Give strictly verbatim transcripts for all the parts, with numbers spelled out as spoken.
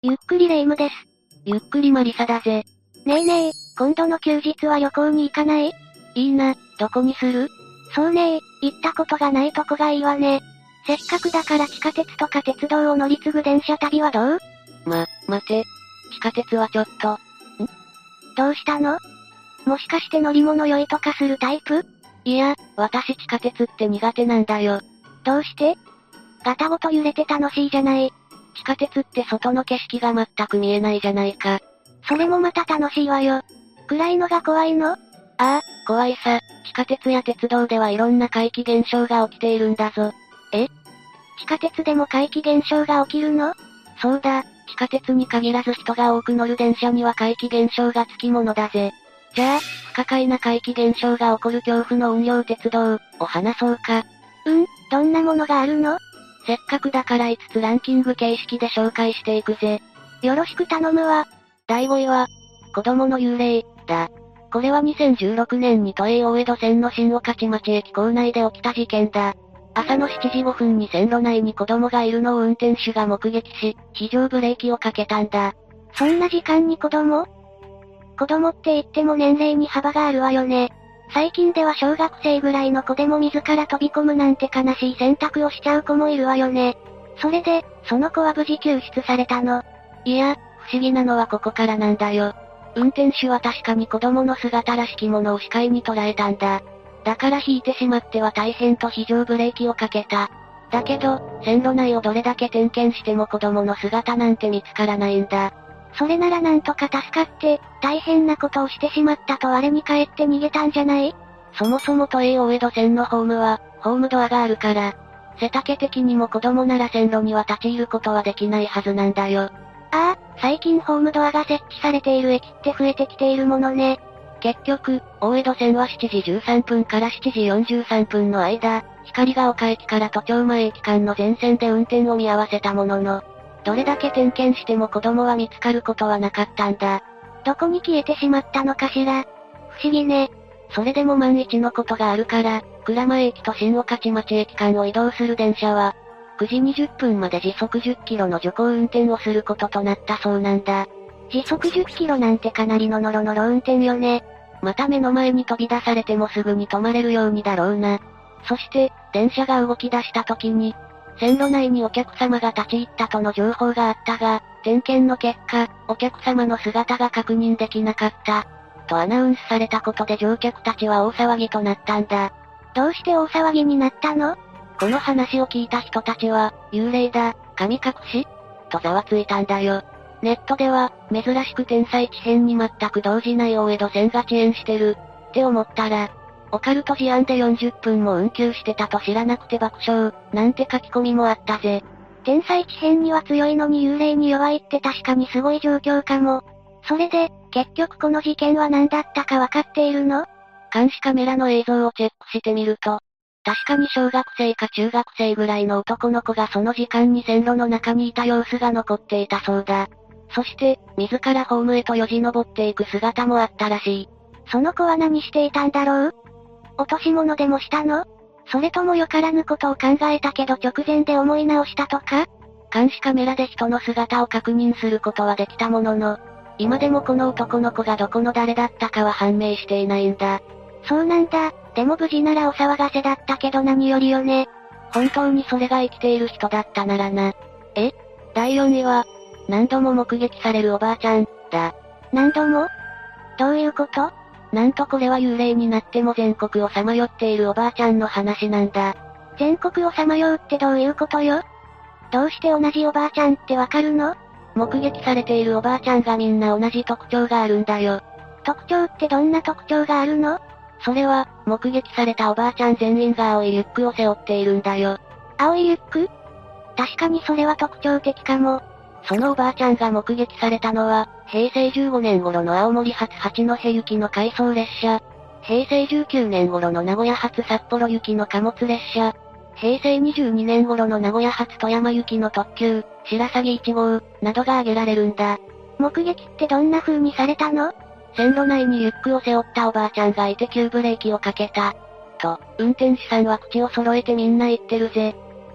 ゆっくりレ夢ムです。 ゆっくりマリサだぜ。 ねえねえ、今度の休日は旅行に行かない？ いいな、どこにする？ そうねえ、行ったことがないとこがいいわね。せっかくだから地下鉄とか鉄道を乗り継ぐ電車旅はどう？ ま、待て。地下鉄はちょっと。ん？ どうしたの？もしかして乗り物酔いとかするタイプ？ いや、私地下鉄って苦手なんだよ。 どうして？ガタごと揺れて楽しいじゃない。 地下鉄って外の景色が全く見えないじゃないか。 それもまた楽しいわよ。暗いのが怖いの？ ああ、怖いさ。地下鉄や鉄道ではいろんな怪奇現象が起きているんだぞ。 え？地下鉄でも怪奇現象が起きるの？ そうだ、地下鉄に限らず人が多く乗る電車には怪奇現象がつきものだぜ。じゃあ、不可解な怪奇現象が起こる恐怖の運用鉄道を話そうか。 うん、どんなものがあるの？ せっかくだからいつつランキング形式で紹介していくぜ。 よろしく頼むわ。 だいごいは、子供の幽霊、だ。これはにせんじゅうろくねんに都営大江戸線の新御徒町駅構内で起きた事件だ。朝のしちじごふんに線路内に子供がいるのを運転手が目撃し、非常ブレーキをかけたんだ。 そんな時間に子供？子供って言っても年齢に幅があるわよね。最近では小学生ぐらいの子でも自ら飛び込むなんて悲しい選択をしちゃう子もいるわよね。それで、その子は無事救出されたの。 いや、不思議なのはここからなんだよ。運転手は確かに子供の姿らしきものを視界に捉えたんだ。だから引いてしまっては大変と非常ブレーキをかけた。だけど、線路内をどれだけ点検しても子供の姿なんて見つからないんだ。 それならなんとか助かって、大変なことをしてしまったと我に返って逃げたんじゃない？ そもそも都営大江戸線のホームは、ホームドアがあるから、背丈的にも子供なら線路には立ち入ることはできないはずなんだよ。 ああ、最近ホームドアが設置されている駅って増えてきているものね。 結局、大江戸線はしちじじゅうさんぷんからしちじよんじゅうさんぷんの間、光が丘駅から都庁前駅間の全線で運転を見合わせたものの、どれだけ点検しても子供は見つかることはなかったんだ。 どこに消えてしまったのかしら。不思議ね。 それでも万一のことがあるから、蔵前駅と新御徒町駅間を移動する電車は、くじにじゅっぷんまで時速じゅっキロの徐行運転をすることとなったそうなんだ。 時速じゅっキロなんてかなりのノロノロ運転よね。 また目の前に飛び出されてもすぐに止まれるようにだろうな。そして、電車が動き出した時に、線路内にお客様が立ち入ったとの情報があったが、点検の結果、お客様の姿が確認できなかった。とアナウンスされたことで乗客たちは大騒ぎとなったんだ。 どうして大騒ぎになったの？ この話を聞いた人たちは、幽霊だ、神隠しとざわついたんだよ。ネットでは、珍しく天才地変に全く動じない大江戸線が遅延してる、って思ったら、オカルト事案でよんじゅっぷんも運休してたと知らなくて爆笑、なんて書き込みもあったぜ。 天才地変には強いのに幽霊に弱いって確かにすごい状況かも。それで、結局この事件は何だったかわかっているの？ 監視カメラの映像をチェックしてみると、確かに小学生か中学生ぐらいの男の子がその時間に線路の中にいた様子が残っていたそうだ。そして、自らホームへとよじ登っていく姿もあったらしい。 その子は何していたんだろう？落とし物でもしたの？それともよからぬことを考えたけど直前で思い直したとか？ 監視カメラで人の姿を確認することはできたものの、今でもこの男の子がどこの誰だったかは判明していないんだ。 そうなんだ。でも無事ならお騒がせだったけど何よりよね。 本当にそれが生きている人だったならな。え？だいよんいは、何度も目撃されるおばあちゃん、だ。 何度も？どういうこと？ なんとこれは幽霊になっても全国をさまよっているおばあちゃんの話なんだ。 全国をさまようってどういうことよ？どうして同じおばあちゃんってわかるの？ 目撃されているおばあちゃんがみんな同じ特徴があるんだよ。 特徴ってどんな特徴があるの？ それは、目撃されたおばあちゃん全員が青いリュックを背負っているんだよ。 青いリュック？確かにそれは特徴的かも。 そのおばあちゃんが目撃されたのは、へいせいじゅうごねん頃の青森発八戸行きの回送列車、へいせいじゅうきゅうねん頃の名古屋発札幌行きの貨物列車、へいせいにじゅうにねん頃の名古屋発富山行きの特急、白鷺いち号、などが挙げられるんだ。 目撃ってどんな風にされたの？ 線路内にリュックを背負ったおばあちゃんがいて急ブレーキをかけた。と、運転手さんは口を揃えてみんな言ってるぜ。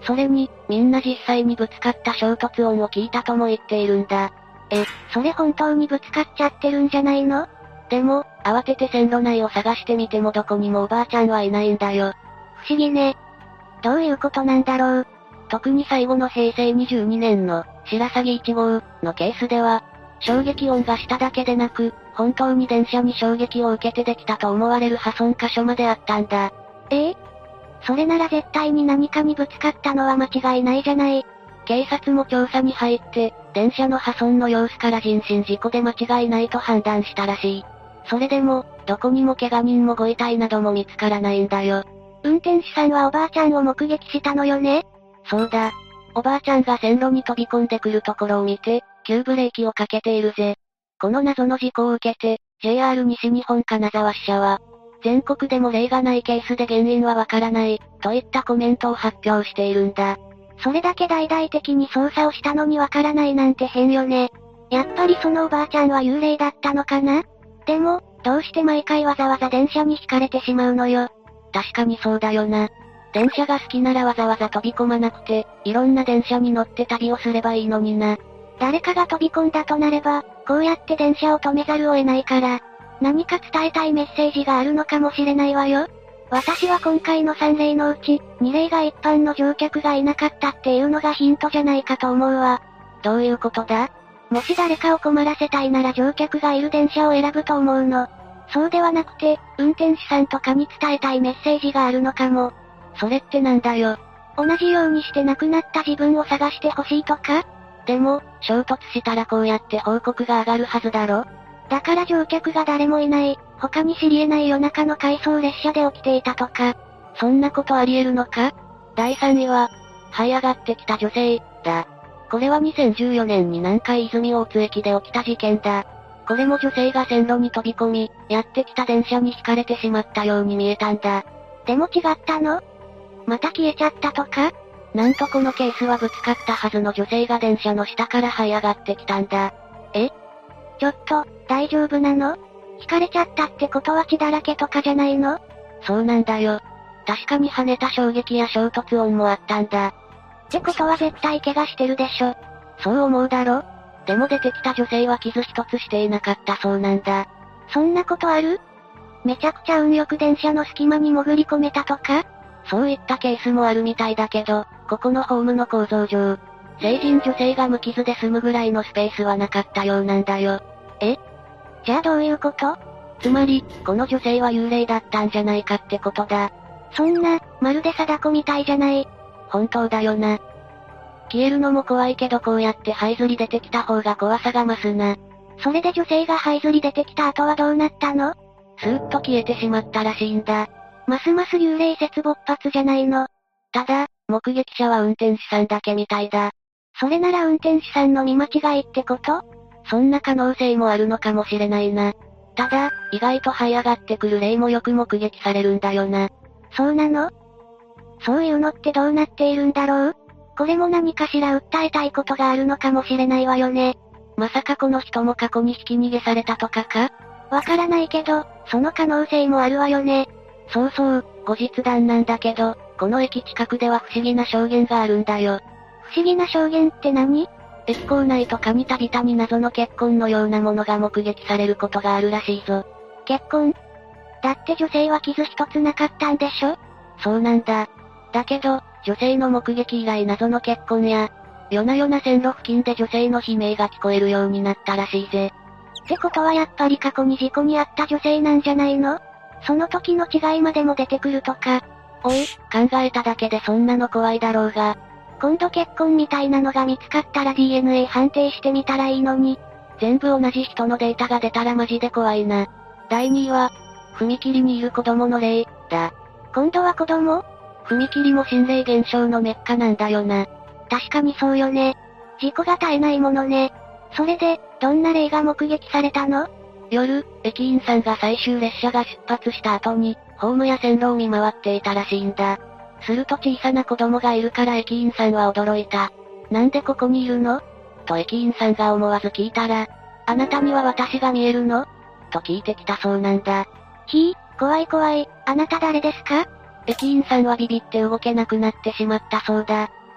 それに、みんな実際にぶつかった衝突音を聞いたとも言っているんだ。 え、それ本当にぶつかっちゃってるんじゃないの？ でも、慌てて線路内を探してみてもどこにもおばあちゃんはいないんだよ。 不思議ね。どういうことなんだろう。 特に最後のへいせいにじゅうにねんの、白鷺いち号のケースでは、衝撃音がしただけでなく、本当に電車に衝撃を受けてできたと思われる破損箇所まであったんだ。 ええ？それなら絶対に何かにぶつかったのは間違いないじゃない。 警察も調査に入って、電車の破損の様子から人身事故で間違いないと判断したらしい。それでも、どこにも怪我人もご遺体なども見つからないんだよ。 運転手さんはおばあちゃんを目撃したのよね？ そうだ。おばあちゃんが線路に飛び込んでくるところを見て、急ブレーキをかけているぜ。この謎の事故を受けて、ジェイアール 西日本金沢支社は、全国でも例がないケースで原因はわからない、といったコメントを発表しているんだ。 それだけ大々的に捜査をしたのにわからないなんて変よね。やっぱりそのおばあちゃんは幽霊だったのかな？でも、どうして毎回わざわざ電車に惹かれてしまうのよ。 確かにそうだよな。電車が好きならわざわざ飛び込まなくて、いろんな電車に乗って旅をすればいいのにな。 誰かが飛び込んだとなれば、こうやって電車を止めざるを得ないから、何か伝えたいメッセージがあるのかもしれないわよ。私は今回のさんれいのうち、にれいが一般の乗客がいなかったっていうのがヒントじゃないかと思うわ。 どういうことだ？ もし誰かを困らせたいなら乗客がいる電車を選ぶと思うの。そうではなくて、運転手さんとかに伝えたいメッセージがあるのかも。 それってなんだよ。 同じようにして亡くなった自分を探してほしいとか？ でも、衝突したらこうやって報告が上がるはずだろ？ だから乗客が誰もいない、他に知り得ない夜中の回送列車で起きていたとか。 そんなことあり得るのか？だいさんいは、這い上がってきた女性、だ。これはにせんじゅうよねんに南海泉大津駅で起きた事件だ。これも女性が線路に飛び込み、やってきた電車に惹かれてしまったように見えたんだ。 でも違ったの？また消えちゃったとか？ なんとこのケースはぶつかったはずの女性が電車の下から這い上がってきたんだ。 え？ちょっと、大丈夫なの？惹かれちゃったってことは血だらけとかじゃないの？ そうなんだよ。確かに跳ねた衝撃や衝突音もあったんだ。 ってことは絶対怪我してるでしょ。 そう思うだろ？でも出てきた女性は傷一つしていなかったそうなんだ。 そんなことある？めちゃくちゃ運よく電車の隙間に潜り込めたとか？ そういったケースもあるみたいだけど、ここのホームの構造上、成人女性が無傷で済むぐらいのスペースはなかったようなんだよ。 え？じゃあどういうこと？ つまり、この女性は幽霊だったんじゃないかってことだ。 そんな、まるで貞子みたいじゃない。 本当だよな。消えるのも怖いけどこうやって這いずり出てきた方が怖さが増すな。 それで女性が這いずり出てきた後はどうなったの？ スーッと消えてしまったらしいんだ。 ますます幽霊説勃発じゃないの。 ただ、目撃者は運転手さんだけみたいだ。 それなら運転手さんの見間違いってこと？ そんな可能性もあるのかもしれないな。ただ、意外と這い上がってくる例もよく目撃されるんだよな。 そうなの？そういうのってどうなっているんだろう？これも何かしら訴えたいことがあるのかもしれないわよね。 まさかこの人も過去にひき逃げされたとかか？ わからないけど、その可能性もあるわよね。 そうそう、後日談なんだけど、この駅近くでは不思議な証言があるんだよ。 不思議な証言って何？ 駅構内とかにたびたび謎の血痕のようなものが目撃されることがあるらしいぞ。 血痕？だって女性は傷一つなかったんでしょ？ そうなんだ。だけど、女性の目撃以来謎の血痕や、夜な夜な線路付近で女性の悲鳴が聞こえるようになったらしいぜ。 ってことはやっぱり過去に事故に遭った女性なんじゃないの？その時の違いまでも出てくるとか。 おい、考えただけでそんなの怖いだろうが。 今度血痕みたいなのが見つかったら ディーエヌエー 判定してみたらいいのに。 全部同じ人のデータが出たらマジで怖いな。だいにいは、踏切にいる子供の霊、だ。 今度は子供？ 踏切も心霊現象のメッカなんだよな。 確かにそうよね。事故が絶えないものね。それで、どんな霊が目撃されたの？ 夜、駅員さんが最終列車が出発した後に、ホームや線路を見回っていたらしいんだ。すると小さな子供がいるから駅員さんは驚いた。なんでここにいるの？と駅員さんが思わず聞いたら、あなたには私が見えるの？と聞いてきたそうなんだ。 ひぃ、怖い怖い、あなた誰ですか？ 駅員さんはビビって動けなくなってしまったそうだ。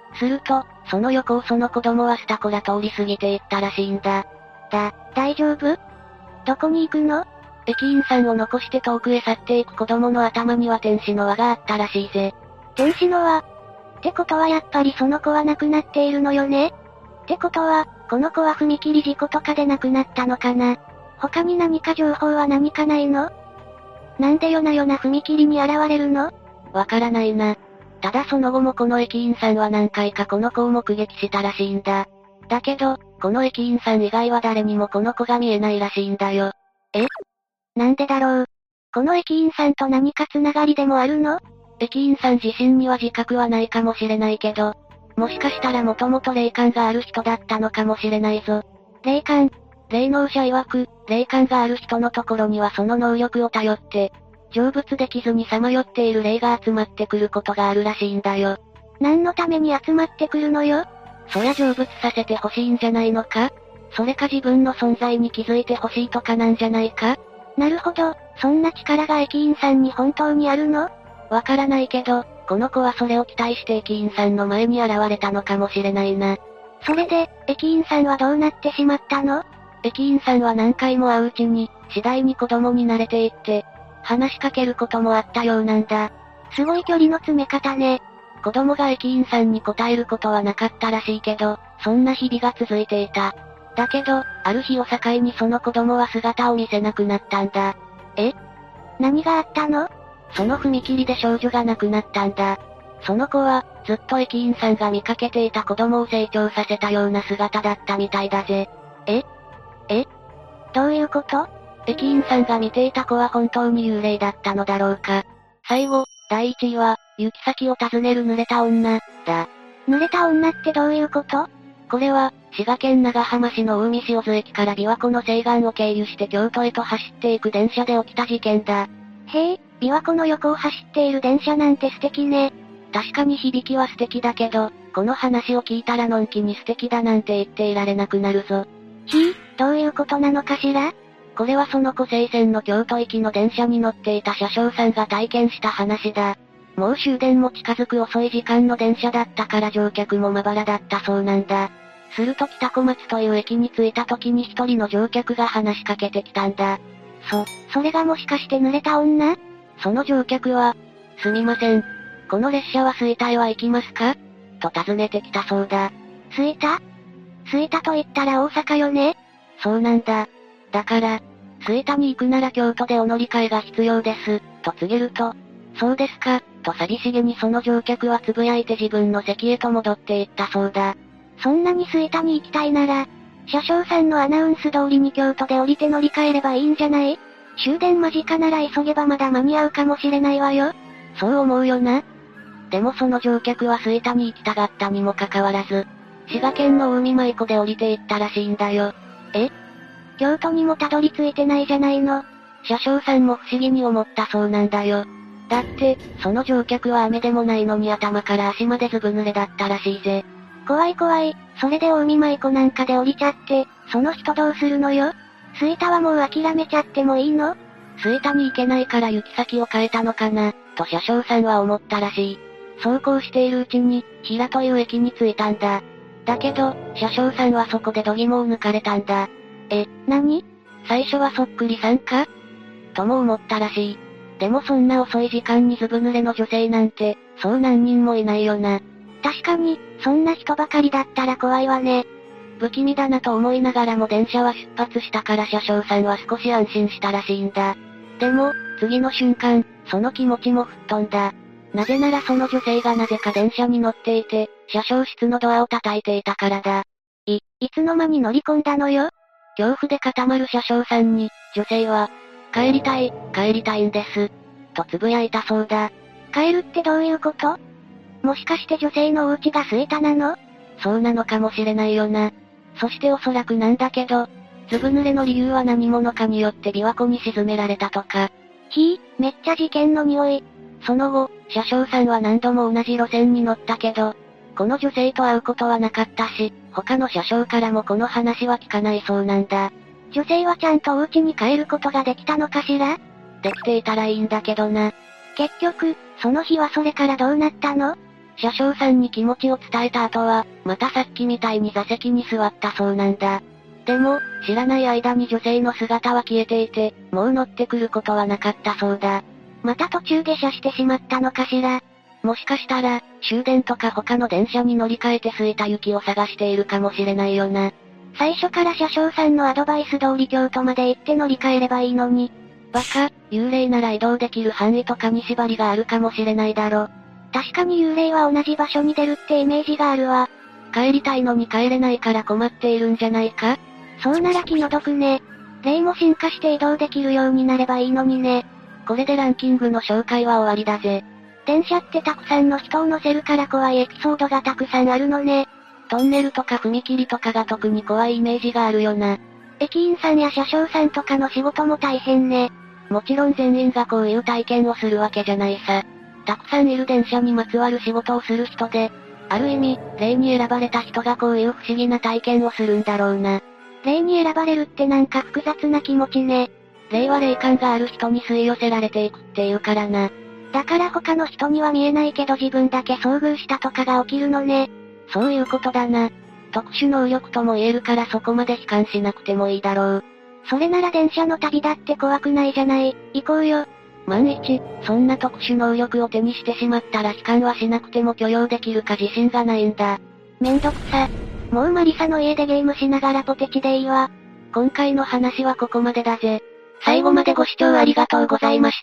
すると、その横をその子供はスタコラ通り過ぎていったらしいんだ。 だ、大丈夫？どこに行くの？ 駅員さんを残して遠くへ去っていく子供の頭には天使の輪があったらしいぜ。 天使の輪？ってことはやっぱりその子は亡くなっているのよね？ってことは、この子は踏切事故とかで亡くなったのかな？他に何か情報は何かないの？なんで夜な夜な踏切に現れるの？ わからないな。ただその後もこの駅員さんは何回かこの子を目撃したらしいんだ。だけど、この駅員さん以外は誰にもこの子が見えないらしいんだよ。 え？なんでだろう？この駅員さんと何かつながりでもあるの？ 駅員さん自身には自覚はないかもしれないけど、もしかしたらもともと霊感がある人だったのかもしれないぞ。 霊感？ 霊能者曰く、霊感がある人のところにはその能力を頼って、成仏できずにさまよっている霊が集まってくることがあるらしいんだよ。 何のために集まってくるのよ？ そりゃ成仏させてほしいんじゃないのか？それか自分の存在に気づいてほしいとかなんじゃないか？ なるほど、そんな力が駅員さんに本当にあるの？ わからないけど、この子はそれを期待して駅員さんの前に現れたのかもしれないな。 それで、駅員さんはどうなってしまったの？ 駅員さんは何回も会ううちに、次第に子供に慣れていって、話しかけることもあったようなんだ。 すごい距離の詰め方ね。 子供が駅員さんに答えることはなかったらしいけど、そんな日々が続いていた。だけど、ある日を境にその子供は姿を見せなくなったんだ。 え？何があったの？ その踏切で少女が亡くなったんだ。その子は、ずっと駅員さんが見かけていた子供を成長させたような姿だったみたいだぜ。 え？え？どういうこと？ 駅員さんが見ていた子は本当に幽霊だったのだろうか。最後、だいいちいは、行き先を尋ねる濡れた女、だ。 濡れた女ってどういうこと？ これは、滋賀県長浜市の近江塩津駅から琵琶湖の西岸を経由して京都へと走っていく電車で起きた事件だ。 へえ、琵琶湖の横を走っている電車なんて素敵ね。 確かに響きは素敵だけど、この話を聞いたらのんきに素敵だなんて言っていられなくなるぞ。 ひぃ、どういうことなのかしら？ これはその湖西線の京都行きの電車に乗っていた車掌さんが体験した話だ。もう終電も近づく遅い時間の電車だったから乗客もまばらだったそうなんだ。すると北小松という駅に着いた時に一人の乗客が話しかけてきたんだ。 そ、それがもしかして濡れた女？ その乗客は、すみません。この列車は吹田へは行きますか？と尋ねてきたそうだ。 吹田？吹田と言ったら大阪よね？ そうなんだ。だから、吹田に行くなら京都でお乗り換えが必要です、と告げると、そうですか、と寂しげにその乗客はつぶやいて自分の席へと戻っていったそうだ。 そんなに吹田に行きたいなら、車掌さんのアナウンス通りに京都で降りて乗り換えればいいんじゃない？終電間近なら急げばまだ間に合うかもしれないわよ。 そう思うよな。でもその乗客は吹田に行きたがったにもかかわらず、滋賀県の近江舞子で降りていったらしいんだよ。 え？京都にもたどり着いてないじゃないの。 車掌さんも不思議に思ったそうなんだよ。だって、その乗客は雨でもないのに頭から足までずぶ濡れだったらしいぜ。 怖い怖い、それで近江舞子なんかで降りちゃって、その人どうするのよ？吹田はもう諦めちゃってもいいの？ 吹田に行けないから行き先を変えたのかな、と車掌さんは思ったらしい。そうこうしているうちに、平という駅に着いたんだ。だけど、車掌さんはそこで度肝を抜かれたんだ。 え、何？ 最初はそっくりさんかとも思ったらしい。でもそんな遅い時間にずぶ濡れの女性なんて、そう何人もいないよな。 確かに、そんな人ばかりだったら怖いわね。 不気味だなと思いながらも電車は出発したから車掌さんは少し安心したらしいんだ。でも、次の瞬間、その気持ちも吹っ飛んだ。なぜならその女性がなぜか電車に乗っていて、車掌室のドアを叩いていたからだ。 い、いつの間に乗り込んだのよ？ 恐怖で固まる車掌さんに、女性は、帰りたい、帰りたいんです。とつぶやいたそうだ。 帰るってどういうこと？もしかして女性のお家が吹田なの？ そうなのかもしれないよな。そしておそらくなんだけど、ずぶ濡れの理由は何者かによって琵琶湖に沈められたとか。 ひぃ、めっちゃ事件の匂い。 その後、車掌さんは何度も同じ路線に乗ったけど、この女性と会うことはなかったし、他の車掌からもこの話は聞かないそうなんだ。 女性はちゃんとお家に帰ることができたのかしら？ できていたらいいんだけどな。 結局、その日はそれからどうなったの？ 車掌さんに気持ちを伝えた後は、またさっきみたいに座席に座ったそうなんだ。でも、知らない間に女性の姿は消えていて、もう乗ってくることはなかったそうだ。 また途中下車してしまったのかしら。 もしかしたら、終電とか他の電車に乗り換えて空いた雪を探しているかもしれないよな。 最初から車掌さんのアドバイス通り京都まで行って乗り換えればいいのに。 バカ、幽霊なら移動できる範囲とかに縛りがあるかもしれないだろ。 確かに幽霊は同じ場所に出るってイメージがあるわ。 帰りたいのに帰れないから困っているんじゃないか？ そうなら気の毒ね。霊も進化して移動できるようになればいいのにね。 これでランキングの紹介は終わりだぜ。 電車ってたくさんの人を乗せるから怖いエピソードがたくさんあるのね。 トンネルとか踏切とかが特に怖いイメージがあるよな。 駅員さんや車掌さんとかの仕事も大変ね。 もちろん全員がこういう体験をするわけじゃないさ。たくさんいる電車にまつわる仕事をする人で、ある意味、霊に選ばれた人がこういう不思議な体験をするんだろうな。 霊に選ばれるってなんか複雑な気持ちね。 霊は霊感がある人に吸い寄せられていくっていうからな。 だから他の人には見えないけど自分だけ遭遇したとかが起きるのね。 そういうことだな。特殊能力とも言えるからそこまで悲観しなくてもいいだろう。 それなら電車の旅だって怖くないじゃない。行こうよ。 万一、そんな特殊能力を手にしてしまったら悲観はしなくても許容できるか自信がないんだ。 めんどくさ。もうマリサの家でゲームしながらポテチでいいわ。 今回の話はここまでだぜ。最後までご視聴ありがとうございました。